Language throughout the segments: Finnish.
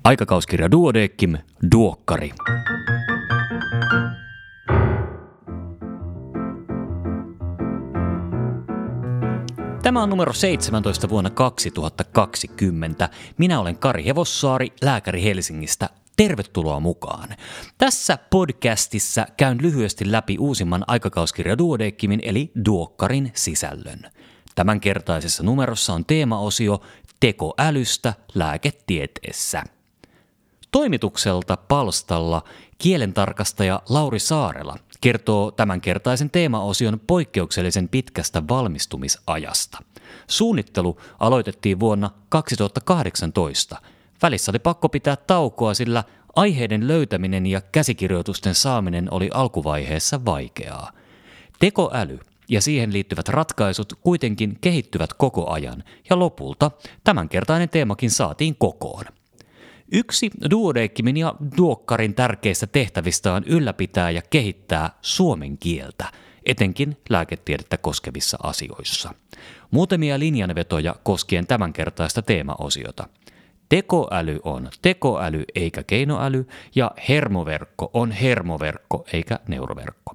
Aikakauskirja Duodeckim, Duokkari. Tämä on numero 17 vuonna 2020. Minä olen Kari Hevossaari, lääkäri Helsingistä. Tervetuloa mukaan. Tässä podcastissa käyn lyhyesti läpi uusimman aikakauskirja Duodeckimin eli Duokkarin sisällön. Tämänkertaisessa numerossa on teemaosio tekoälystä lääketieteessä. Toimitukselta palstalla kielentarkastaja Lauri Saarela kertoo tämänkertaisen teemaosion poikkeuksellisen pitkästä valmistumisajasta. Suunnittelu aloitettiin vuonna 2018. Välissä oli pakko pitää taukoa, sillä aiheiden löytäminen ja käsikirjoitusten saaminen oli alkuvaiheessa vaikeaa. Tekoäly ja siihen liittyvät ratkaisut kuitenkin kehittyvät koko ajan, ja lopulta tämänkertainen teemakin saatiin kokoon. Yksi Duodeckimin ja Duokkarin tärkeistä tehtävistä on ylläpitää ja kehittää suomen kieltä, etenkin lääketiedettä koskevissa asioissa. Muutamia linjanvetoja koskien tämänkertaista teemaosiota. Tekoäly on tekoäly eikä keinoäly, ja hermoverkko on hermoverkko eikä neuroverkko.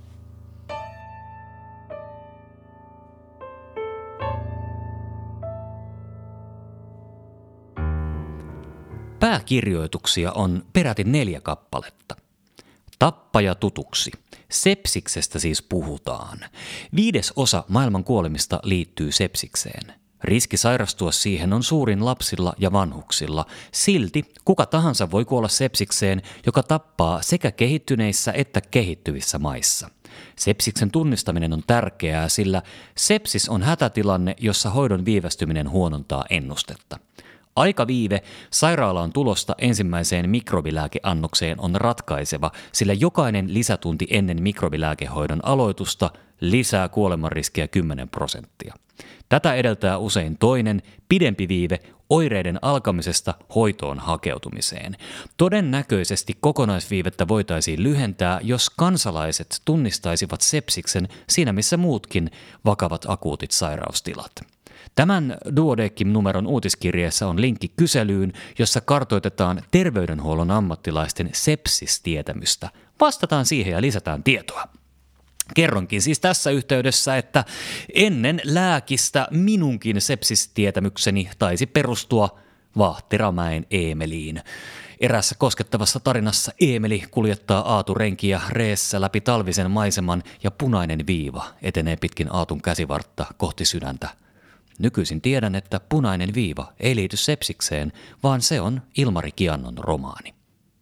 Pääkirjoituksia on peräti 4 kappaletta. Tappaja tutuksi. Sepsiksestä siis puhutaan. 1/5 maailman kuolemista liittyy sepsikseen. Riski sairastua siihen on suurin lapsilla ja vanhuksilla. Silti kuka tahansa voi kuolla sepsikseen, joka tappaa sekä kehittyneissä että kehittyvissä maissa. Sepsiksen tunnistaminen on tärkeää, sillä sepsis on hätätilanne, jossa hoidon viivästyminen huonontaa ennustetta. Aikaviive sairaalaan tulosta ensimmäiseen mikrobilääkeannokseen on ratkaiseva, sillä jokainen lisätunti ennen mikrobilääkehoidon aloitusta lisää kuolemanriskiä 10%. Tätä edeltää usein toinen, pidempi viive oireiden alkamisesta hoitoon hakeutumiseen. Todennäköisesti kokonaisviivettä voitaisiin lyhentää, jos kansalaiset tunnistaisivat sepsiksen siinä missä muutkin vakavat akuutit sairaustilat. Tämän Duodeckim-numeron uutiskirjeessä on linkki kyselyyn, jossa kartoitetaan terveydenhuollon ammattilaisten sepsistietämystä. Vastataan siihen ja lisätään tietoa. Kerronkin siis tässä yhteydessä, että ennen lääkistä minunkin sepsistietämykseni taisi perustua Vahteramäen Eemeliin. Erässä koskettavassa tarinassa Eemeli kuljettaa aaturenkiä reessä läpi talvisen maiseman ja punainen viiva etenee pitkin aatun käsivartta kohti sydäntä. Nykyisin tiedän, että punainen viiva ei liity sepsikseen, vaan se on Ilmari Kiannon romaani.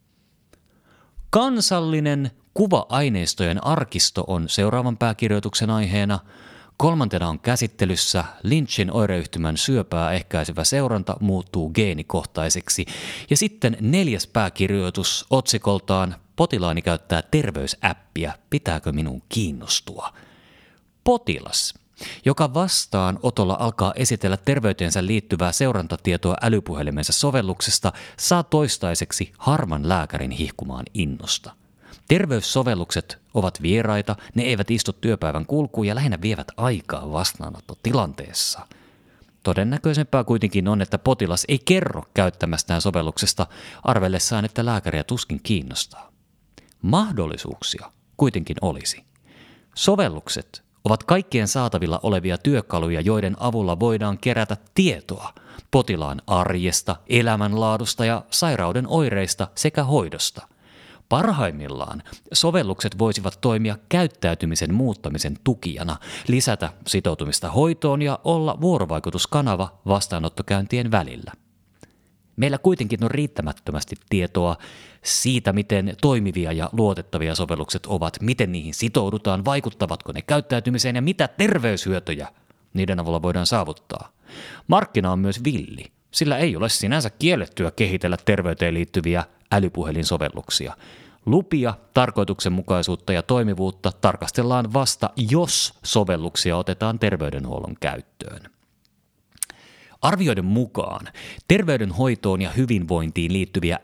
Kansallinen kuva-aineistojen arkisto on seuraavan pääkirjoituksen aiheena. 3. on käsittelyssä Lynchin oireyhtymän syöpää ehkäisevä seuranta muuttuu geenikohtaiseksi. Ja sitten 4. pääkirjoitus otsikoltaan Potilaani käyttää terveysäppiä, pitääkö minun kiinnostua? Potilas, joka vastaanotolla alkaa esitellä terveyteensä liittyvää seurantatietoa älypuhelimensa sovelluksesta, saa toistaiseksi harvan lääkärin hihkumaan innosta. Terveyssovellukset ovat vieraita, ne eivät istu työpäivän kulkuun ja lähinnä vievät aikaa vastaanottotilanteessa. Todennäköisempää kuitenkin on, että potilas ei kerro käyttämästään sovelluksesta arvellessaan, että lääkäriä tuskin kiinnostaa. Mahdollisuuksia kuitenkin olisi. Sovellukset ovat kaikkien saatavilla olevia työkaluja, joiden avulla voidaan kerätä tietoa potilaan arjesta, elämänlaadusta ja sairauden oireista sekä hoidosta. Parhaimmillaan sovellukset voisivat toimia käyttäytymisen muuttamisen tukijana, lisätä sitoutumista hoitoon ja olla vuorovaikutuskanava vastaanottokäyntien välillä. Meillä kuitenkin on riittämättömästi tietoa siitä, miten toimivia ja luotettavia sovellukset ovat, miten niihin sitoudutaan, vaikuttavatko ne käyttäytymiseen ja mitä terveyshyötyjä niiden avulla voidaan saavuttaa. Markkina on myös villi, sillä ei ole sinänsä kiellettyä kehitellä terveyteen liittyviä älypuhelinsovelluksia. Lupia, tarkoituksenmukaisuutta ja toimivuutta tarkastellaan vasta, jos sovelluksia otetaan terveydenhuollon käyttöön. Arvioiden mukaan terveydenhoitoon ja hyvinvointiin liittyviä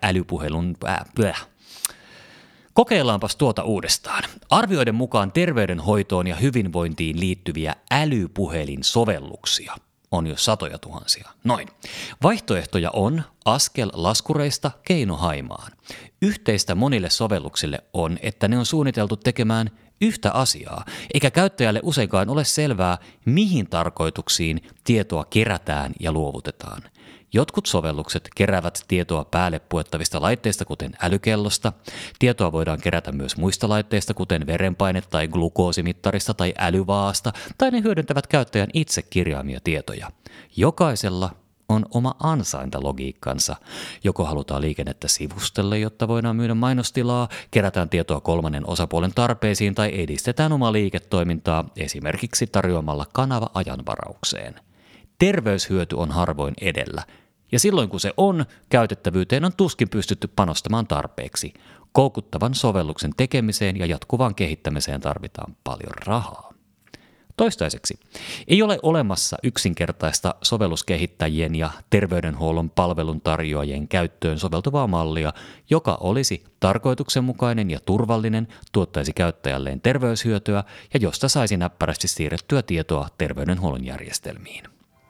Kokeillaanpas tuota uudestaan. Arvioiden mukaan terveydenhoitoon ja hyvinvointiin liittyviä älypuhelinsovelluksia on jo satoja tuhansia. Noin. Vaihtoehtoja on askel laskureista keinohaimaan. Yhteistä monille sovelluksille on, että ne on suunniteltu tekemään yhtä asiaa, eikä käyttäjälle useinkaan ole selvää, mihin tarkoituksiin tietoa kerätään ja luovutetaan. Jotkut sovellukset keräävät tietoa päälle puettavista laitteista, kuten älykellosta. Tietoa voidaan kerätä myös muista laitteista, kuten verenpaine- tai glukoosimittarista tai älyvaasta, tai ne hyödyntävät käyttäjän itse kirjaamia tietoja. Jokaisella on oma ansaintalogiikkansa. Joko halutaan liikennettä sivustelle, jotta voidaan myydä mainostilaa, kerätään tietoa kolmannen osapuolen tarpeisiin tai edistetään omaa liiketoimintaa esimerkiksi tarjoamalla kanava ajanvaraukseen. Terveyshyöty on harvoin edellä, ja silloin kun se on, käytettävyyteen on tuskin pystytty panostamaan tarpeeksi. Koukuttavan sovelluksen tekemiseen ja jatkuvaan kehittämiseen tarvitaan paljon rahaa. Toistaiseksi ei ole olemassa yksinkertaista sovelluskehittäjien ja terveydenhuollon palveluntarjoajien käyttöön soveltuvaa mallia, joka olisi tarkoituksenmukainen ja turvallinen, tuottaisi käyttäjälleen terveyshyötyä ja josta saisi näppärästi siirrettyä tietoa terveydenhuollon järjestelmiin.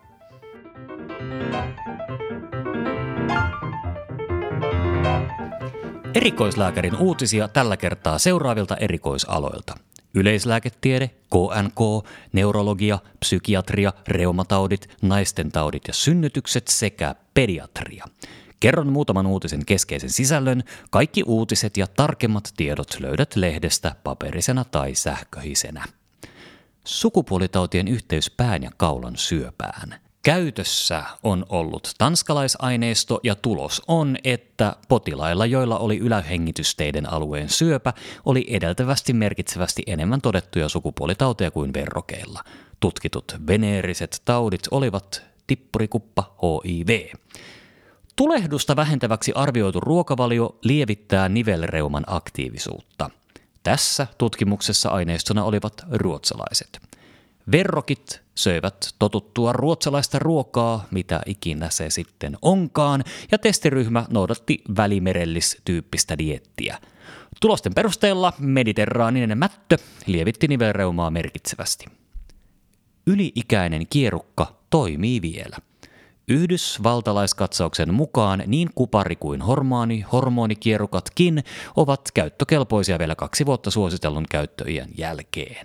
Erikoislääkärin uutisia tällä kertaa seuraavilta erikoisaloilta. Yleislääketiede, KNK, neurologia, psykiatria, reumataudit, naistentaudit ja synnytykset sekä pediatria. Kerron muutaman uutisen keskeisen sisällön. Kaikki uutiset ja tarkemmat tiedot löydät lehdestä paperisena tai sähköisenä. Sukupuolitautien yhteys pään ja kaulan syöpään. Käytössä on ollut tanskalaisaineisto ja tulos on, että potilailla, joilla oli ylähengitysteiden alueen syöpä, oli edeltävästi merkitsevästi enemmän todettuja sukupuolitauteja kuin verrokeilla. Tutkitut veneeriset taudit olivat tippurikuppa, HIV. Tulehdusta vähentäväksi arvioitu ruokavalio lievittää nivelreuman aktiivisuutta. Tässä tutkimuksessa aineistona olivat ruotsalaiset. Verrokit söivät totuttua ruotsalaista ruokaa, mitä ikinä se sitten onkaan, ja testiryhmä noudatti välimerellistyyppistä dieettiä. Tulosten perusteella mediterraaninen mättö lievitti nivelreumaa merkitsevästi. Yli-ikäinen kierukka toimii vielä. Yhdysvaltalaiskatsauksen mukaan niin kupari- kuin hormonikierukatkin ovat käyttökelpoisia vielä 2 vuotta suositellun käyttöiän jälkeen.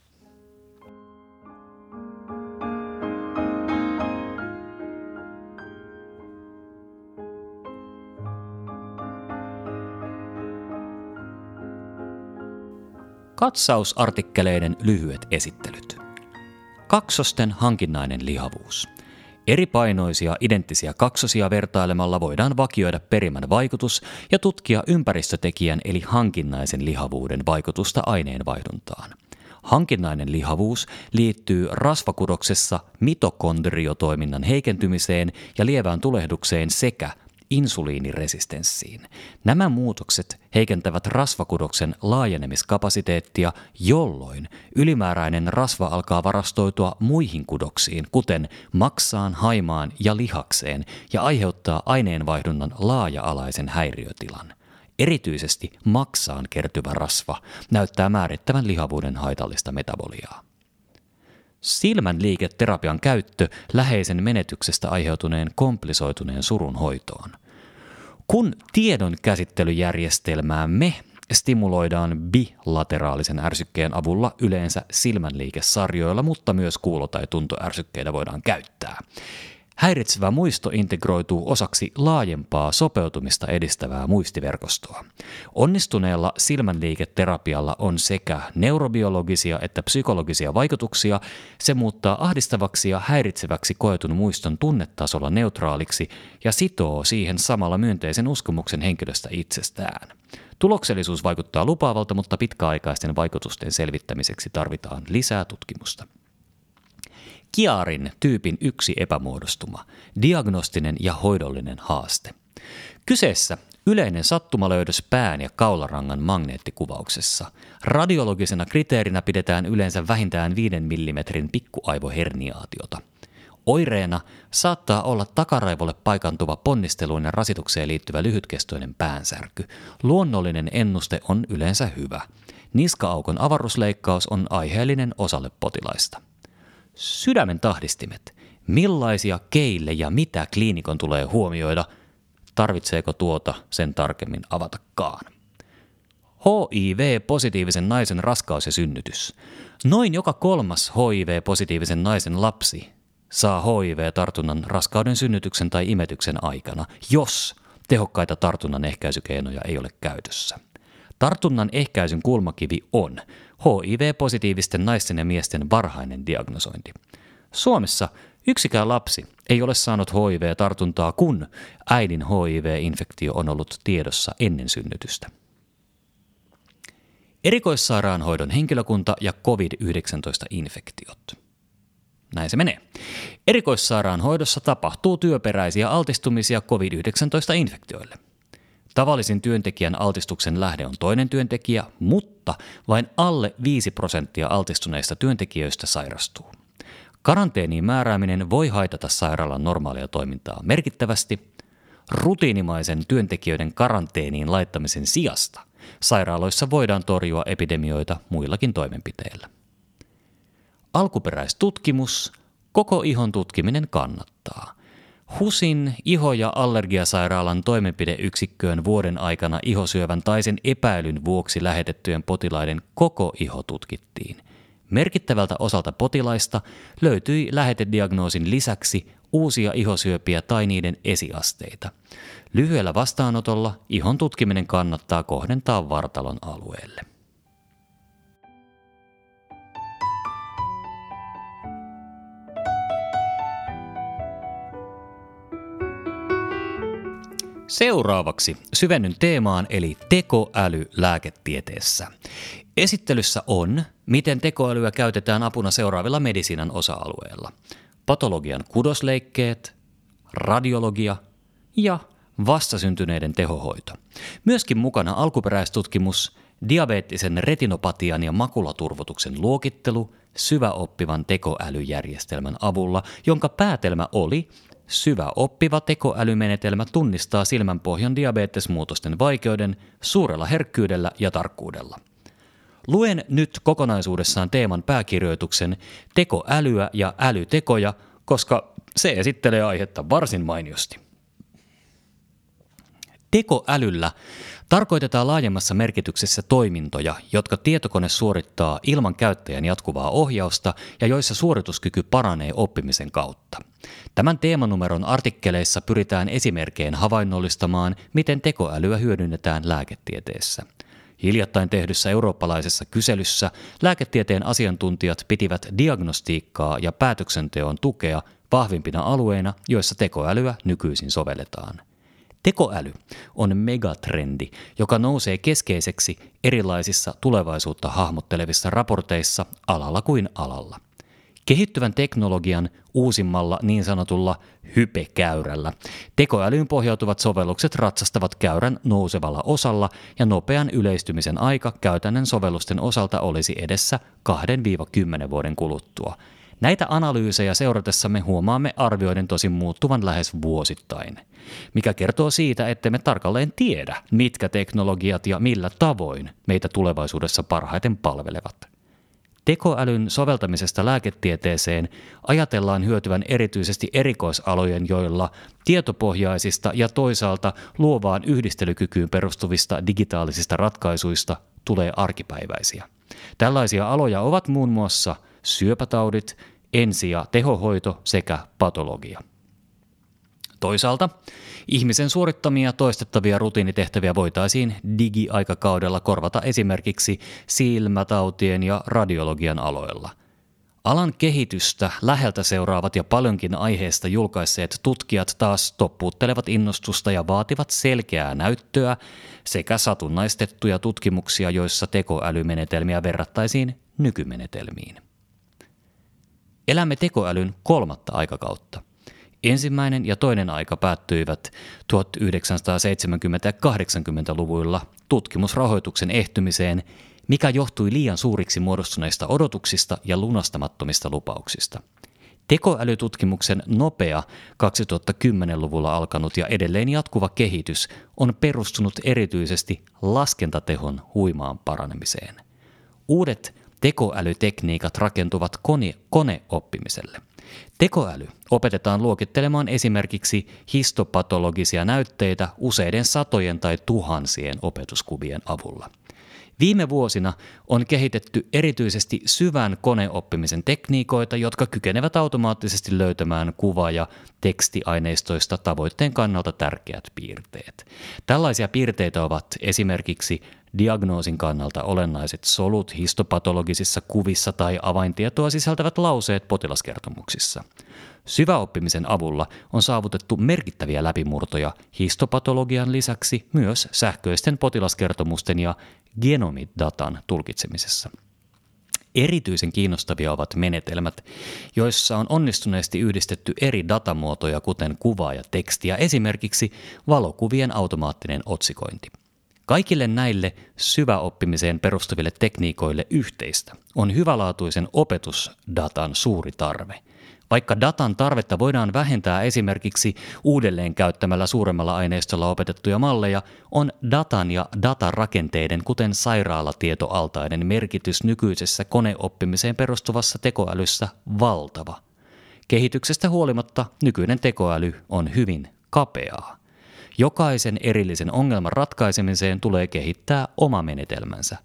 Katsausartikkeleiden lyhyet esittelyt. Kaksosten hankinnainen lihavuus. Eri painoisia identtisiä kaksosia vertailemalla voidaan vakioida perimän vaikutus ja tutkia ympäristötekijän eli hankinnaisen lihavuuden vaikutusta aineenvaihduntaan. Hankinnainen lihavuus liittyy rasvakudoksessa mitokondriotoiminnan heikentymiseen ja lievään tulehdukseen sekä insuliiniresistenssiin. Nämä muutokset heikentävät rasvakudoksen laajenemiskapasiteettia, jolloin ylimääräinen rasva alkaa varastoitua muihin kudoksiin, kuten maksaan, haimaan ja lihakseen, ja aiheuttaa aineenvaihdunnan laaja-alaisen häiriötilan. Erityisesti maksaan kertyvä rasva näyttää määrittävän lihavuuden haitallista metaboliaa. Silmänliiketerapian käyttö läheisen menetyksestä aiheutuneen komplisoituneen surun hoitoon. Kun tiedon käsittelyjärjestelmäämme stimuloidaan bilateraalisen ärsykkeen avulla yleensä silmänliikesarjoilla, mutta myös kuulo- tai tuntoärsykkeitä voidaan käyttää. Häiritsevä muisto integroituu osaksi laajempaa sopeutumista edistävää muistiverkostoa. Onnistuneella silmänliiketerapialla on sekä neurobiologisia että psykologisia vaikutuksia. Se muuttaa ahdistavaksi ja häiritseväksi koetun muiston tunnetasolla neutraaliksi ja sitoo siihen samalla myönteisen uskomuksen henkilöstä itsestään. Tuloksellisuus vaikuttaa lupaavalta, mutta pitkäaikaisten vaikutusten selvittämiseksi tarvitaan lisää tutkimusta. Chiarin tyypin 1 epämuodostuma, diagnostinen ja hoidollinen haaste. Kyseessä yleinen sattumalöydös pään ja kaularangan magneettikuvauksessa. Radiologisena kriteerinä pidetään yleensä vähintään 5 mm pikkuaivoherniaatiota. Oireena saattaa olla takaraivolle paikantuva ponnisteluun ja rasitukseen liittyvä lyhytkestoinen päänsärky. Luonnollinen ennuste on yleensä hyvä. Niska-aukon avaruusleikkaus on aiheellinen osalle potilaista. Sydämen tahdistimet. Millaisia, keille ja mitä kliinikon tulee huomioida? Tarvitseeko tuota sen tarkemmin avatakaan? HIV-positiivisen naisen raskaus ja synnytys. Noin joka 3. HIV-positiivisen naisen lapsi saa HIV-tartunnan raskauden, synnytyksen tai imetyksen aikana, jos tehokkaita tartunnan ehkäisykeinoja ei ole käytössä. Tartunnan ehkäisyn kulmakivi on HIV-positiivisten naisten ja miesten varhainen diagnosointi. Suomessa yksikään lapsi ei ole saanut HIV-tartuntaa, kun äidin HIV-infektio on ollut tiedossa ennen synnytystä. Erikoissairaanhoidon henkilökunta ja COVID-19-infektiot. Näin se menee. Erikoissairaanhoidossa tapahtuu työperäisiä altistumisia COVID-19-infektioille. Tavallisin työntekijän altistuksen lähde on toinen työntekijä, mutta vain alle 5% altistuneista työntekijöistä sairastuu. Karanteeniin määrääminen voi haitata sairaalan normaalia toimintaa merkittävästi. Rutiinimaisen työntekijöiden karanteeniin laittamisen sijasta sairaaloissa voidaan torjua epidemioita muillakin toimenpiteillä. Alkuperäistutkimus. Koko ihon tutkiminen kannattaa. HUSin iho- ja allergiasairaalan toimenpideyksikköön vuoden aikana ihosyövän tai sen epäilyn vuoksi lähetettyjen potilaiden koko iho tutkittiin. Merkittävältä osalta potilaista löytyi lähetediagnoosin lisäksi uusia ihosyöpiä tai niiden esiasteita. Lyhyellä vastaanotolla ihon tutkiminen kannattaa kohdentaa vartalon alueelle. Seuraavaksi syvennyn teemaan eli tekoäly lääketieteessä. Esittelyssä on, miten tekoälyä käytetään apuna seuraavilla medisiinan osa-alueilla. Patologian kudosleikkeet, radiologia ja vastasyntyneiden tehohoito. Myöskin mukana alkuperäistutkimus, diabeettisen retinopatian ja makulaturvotuksen luokittelu syväoppivan tekoälyjärjestelmän avulla, jonka päätelmä oli, syväoppiva tekoälymenetelmä tunnistaa silmänpohjan diabetesmuutosten vaikeuden suurella herkkyydellä ja tarkkuudella. Luen nyt kokonaisuudessaan teeman pääkirjoituksen tekoälyä ja älytekoja, koska se esittelee aihetta varsin mainiosti. Tekoälyllä tarkoitetaan laajemmassa merkityksessä toimintoja, jotka tietokone suorittaa ilman käyttäjän jatkuvaa ohjausta ja joissa suorituskyky paranee oppimisen kautta. Tämän teemanumeron artikkeleissa pyritään esimerkkein havainnollistamaan, miten tekoälyä hyödynnetään lääketieteessä. Hiljattain tehdyssä eurooppalaisessa kyselyssä lääketieteen asiantuntijat pitivät diagnostiikkaa ja päätöksenteon tukea vahvimpina alueina, joissa tekoälyä nykyisin sovelletaan. Tekoäly on megatrendi, joka nousee keskeiseksi erilaisissa tulevaisuutta hahmottelevissa raporteissa alalla kuin alalla. Kehittyvän teknologian uusimmalla niin sanotulla hypekäyrällä tekoälyyn pohjautuvat sovellukset ratsastavat käyrän nousevalla osalla ja nopean yleistymisen aika käytännön sovellusten osalta olisi edessä 2-10 vuoden kuluttua. Näitä analyysejä seuratessamme huomaamme arvioiden tosin muuttuvan lähes vuosittain, mikä kertoo siitä, että me tarkalleen tiedä, mitkä teknologiat ja millä tavoin meitä tulevaisuudessa parhaiten palvelevat. Tekoälyn soveltamisesta lääketieteeseen ajatellaan hyötyvän erityisesti erikoisalojen, joilla tietopohjaisista ja toisaalta luovaan yhdistelykykyyn perustuvista digitaalisista ratkaisuista tulee arkipäiväisiä. Tällaisia aloja ovat muun muassa syöpätaudit, ensi- ja tehohoito sekä patologia. Toisaalta ihmisen suorittamia toistettavia rutiinitehtäviä voitaisiin digiaikakaudella korvata esimerkiksi silmätautien ja radiologian aloilla. Alan kehitystä läheltä seuraavat ja paljonkin aiheesta julkaisseet tutkijat taas toppuuttelevat innostusta ja vaativat selkeää näyttöä sekä satunnaistettuja tutkimuksia, joissa tekoälymenetelmiä verrattaisiin nykymenetelmiin. Elämme tekoälyn 3. aikakautta. Ensimmäinen ja toinen aika päättyivät 1970- ja 80-luvuilla tutkimusrahoituksen ehtymiseen, mikä johtui liian suuriksi muodostuneista odotuksista ja lunastamattomista lupauksista. Tekoälytutkimuksen nopea 2010-luvulla alkanut ja edelleen jatkuva kehitys on perustunut erityisesti laskentatehon huimaan paranemiseen. Uudet tekoälytekniikat rakentuvat koneoppimiselle. Tekoäly opetetaan luokittelemaan esimerkiksi histopatologisia näytteitä useiden satojen tai tuhansien opetuskuvien avulla. Viime vuosina on kehitetty erityisesti syvän koneoppimisen tekniikoita, jotka kykenevät automaattisesti löytämään kuva- ja tekstiaineistoista tavoitteen kannalta tärkeät piirteet. Tällaisia piirteitä ovat esimerkiksi diagnoosin kannalta olennaiset solut histopatologisissa kuvissa tai avaintietoa sisältävät lauseet potilaskertomuksissa. Syväoppimisen avulla on saavutettu merkittäviä läpimurtoja histopatologian lisäksi myös sähköisten potilaskertomusten ja genomidatan tulkitsemisessa. Erityisen kiinnostavia ovat menetelmät, joissa on onnistuneesti yhdistetty eri datamuotoja kuten kuvaa ja tekstiä, esimerkiksi valokuvien automaattinen otsikointi. Kaikille näille syväoppimiseen perustuville tekniikoille yhteistä on hyvälaatuisen opetusdatan suuri tarve. Vaikka datan tarvetta voidaan vähentää esimerkiksi uudelleen käyttämällä suuremmalla aineistolla opetettuja malleja, on datan ja datarakenteiden, kuten sairaalatietoaltaiden merkitys nykyisessä koneoppimiseen perustuvassa tekoälyssä valtava. Kehityksestä huolimatta nykyinen tekoäly on hyvin kapeaa. Jokaisen erillisen ongelman ratkaisemiseen tulee kehittää oma menetelmänsä.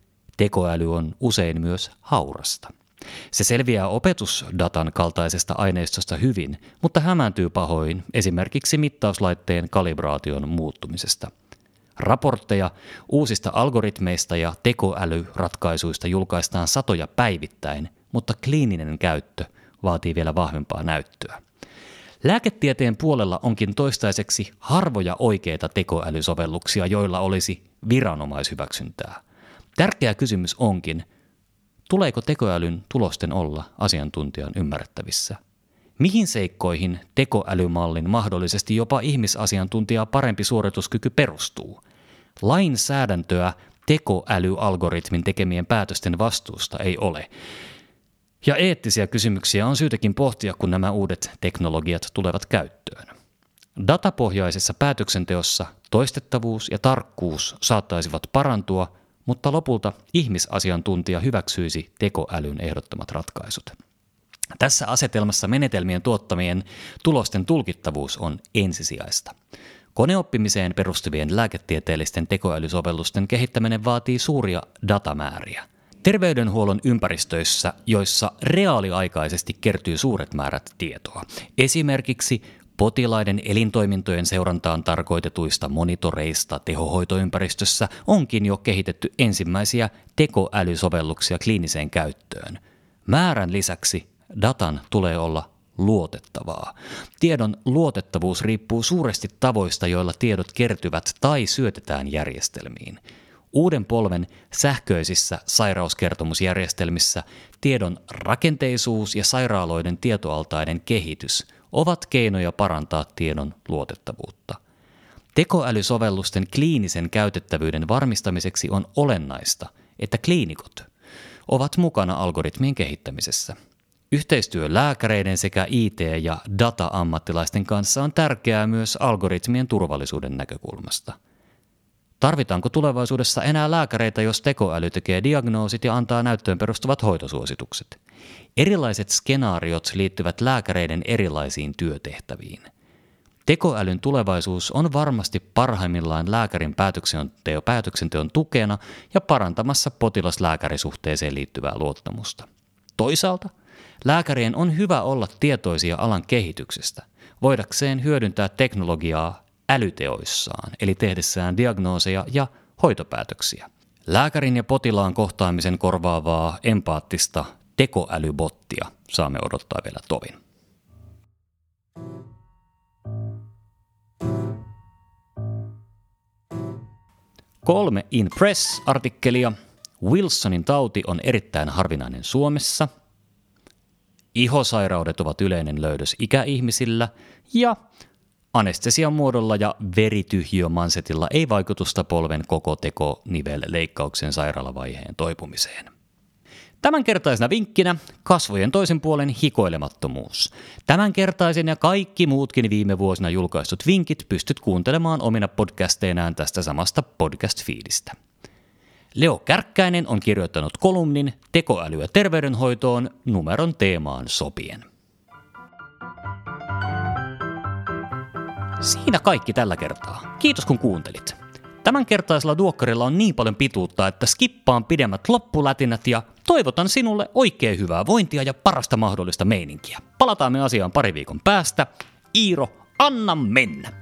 Tekoäly on usein myös haurasta. Se selviää opetusdatan kaltaisesta aineistosta hyvin, mutta hämääntyy pahoin esimerkiksi mittauslaitteen kalibraation muuttumisesta. Raportteja uusista algoritmeista ja tekoälyratkaisuista julkaistaan satoja päivittäin, mutta kliininen käyttö vaatii vielä vahvempaa näyttöä. Lääketieteen puolella onkin toistaiseksi harvoja oikeita tekoälysovelluksia, joilla olisi viranomaishyväksyntää. Tärkeä kysymys onkin, tuleeko tekoälyn tulosten olla asiantuntijan ymmärrettävissä? Mihin seikkoihin tekoälymallin mahdollisesti jopa ihmisasiantuntijaa parempi suorituskyky perustuu? Lainsäädäntöä tekoälyalgoritmin tekemien päätösten vastuusta ei ole. Ja eettisiä kysymyksiä on syytäkin pohtia, kun nämä uudet teknologiat tulevat käyttöön. Datapohjaisessa päätöksenteossa toistettavuus ja tarkkuus saattaisivat parantua, mutta lopulta ihmisasiantuntija hyväksyisi tekoälyn ehdottamat ratkaisut. Tässä asetelmassa menetelmien tuottamien tulosten tulkittavuus on ensisijaista. Koneoppimiseen perustuvien lääketieteellisten tekoälysovellusten kehittäminen vaatii suuria datamääriä. Terveydenhuollon ympäristöissä, joissa reaaliaikaisesti kertyy suuret määrät tietoa, esimerkiksi potilaiden elintoimintojen seurantaan tarkoitetuista monitoreista tehohoitoympäristössä onkin jo kehitetty ensimmäisiä tekoälysovelluksia kliiniseen käyttöön. Määrän lisäksi datan tulee olla luotettavaa. Tiedon luotettavuus riippuu suuresti tavoista, joilla tiedot kertyvät tai syötetään järjestelmiin. Uuden polven sähköisissä sairauskertomusjärjestelmissä tiedon rakenteisuus ja sairaaloiden tietoaltaiden kehitys ovat keinoja parantaa tiedon luotettavuutta. Tekoälysovellusten kliinisen käytettävyyden varmistamiseksi on olennaista, että kliinikot ovat mukana algoritmien kehittämisessä. Yhteistyö lääkäreiden sekä IT- ja data-ammattilaisten kanssa on tärkeää myös algoritmien turvallisuuden näkökulmasta. Tarvitaanko tulevaisuudessa enää lääkäreitä, jos tekoäly tekee diagnoosit ja antaa näyttöön perustuvat hoitosuositukset? Erilaiset skenaariot liittyvät lääkäreiden erilaisiin työtehtäviin. Tekoälyn tulevaisuus on varmasti parhaimmillaan lääkärin päätöksenteon tukena ja parantamassa potilas-lääkärisuhteeseen liittyvää luottamusta. Toisaalta lääkärien on hyvä olla tietoisia alan kehityksestä, voidakseen hyödyntää teknologiaa älyteoissaan, eli tehdessään diagnooseja ja hoitopäätöksiä. Lääkärin ja potilaan kohtaamisen korvaavaa empaattista tekoälybottia saamme odottaa vielä tovin. Kolme in Press-artikkelia. Wilsonin tauti on erittäin harvinainen Suomessa. Ihosairaudet ovat yleinen löydös ikäihmisillä ja anestesian muodolla ja verityhjiömansetilla ei vaikutusta polven koko tekonivelleikkauksen sairaalavaiheen toipumiseen. Tämänkertaisena vinkkinä kasvojen toisen puolen hikoilemattomuus. Tämänkertaisen ja kaikki muutkin viime vuosina julkaistut vinkit pystyt kuuntelemaan omina podcasteinaan tästä samasta podcast-fiidistä. Leo Kärkkäinen on kirjoittanut kolumnin Tekoälyä terveydenhoitoon numeron teemaan sopien. Siinä kaikki tällä kertaa. Kiitos kun kuuntelit. Tämänkertaisella duokkarilla on niin paljon pituutta, että skippaan pidemmät loppulätinät ja toivotan sinulle oikein hyvää vointia ja parasta mahdollista meininkiä. Palataan me asiaan pari viikon päästä. Iiro, anna mennä!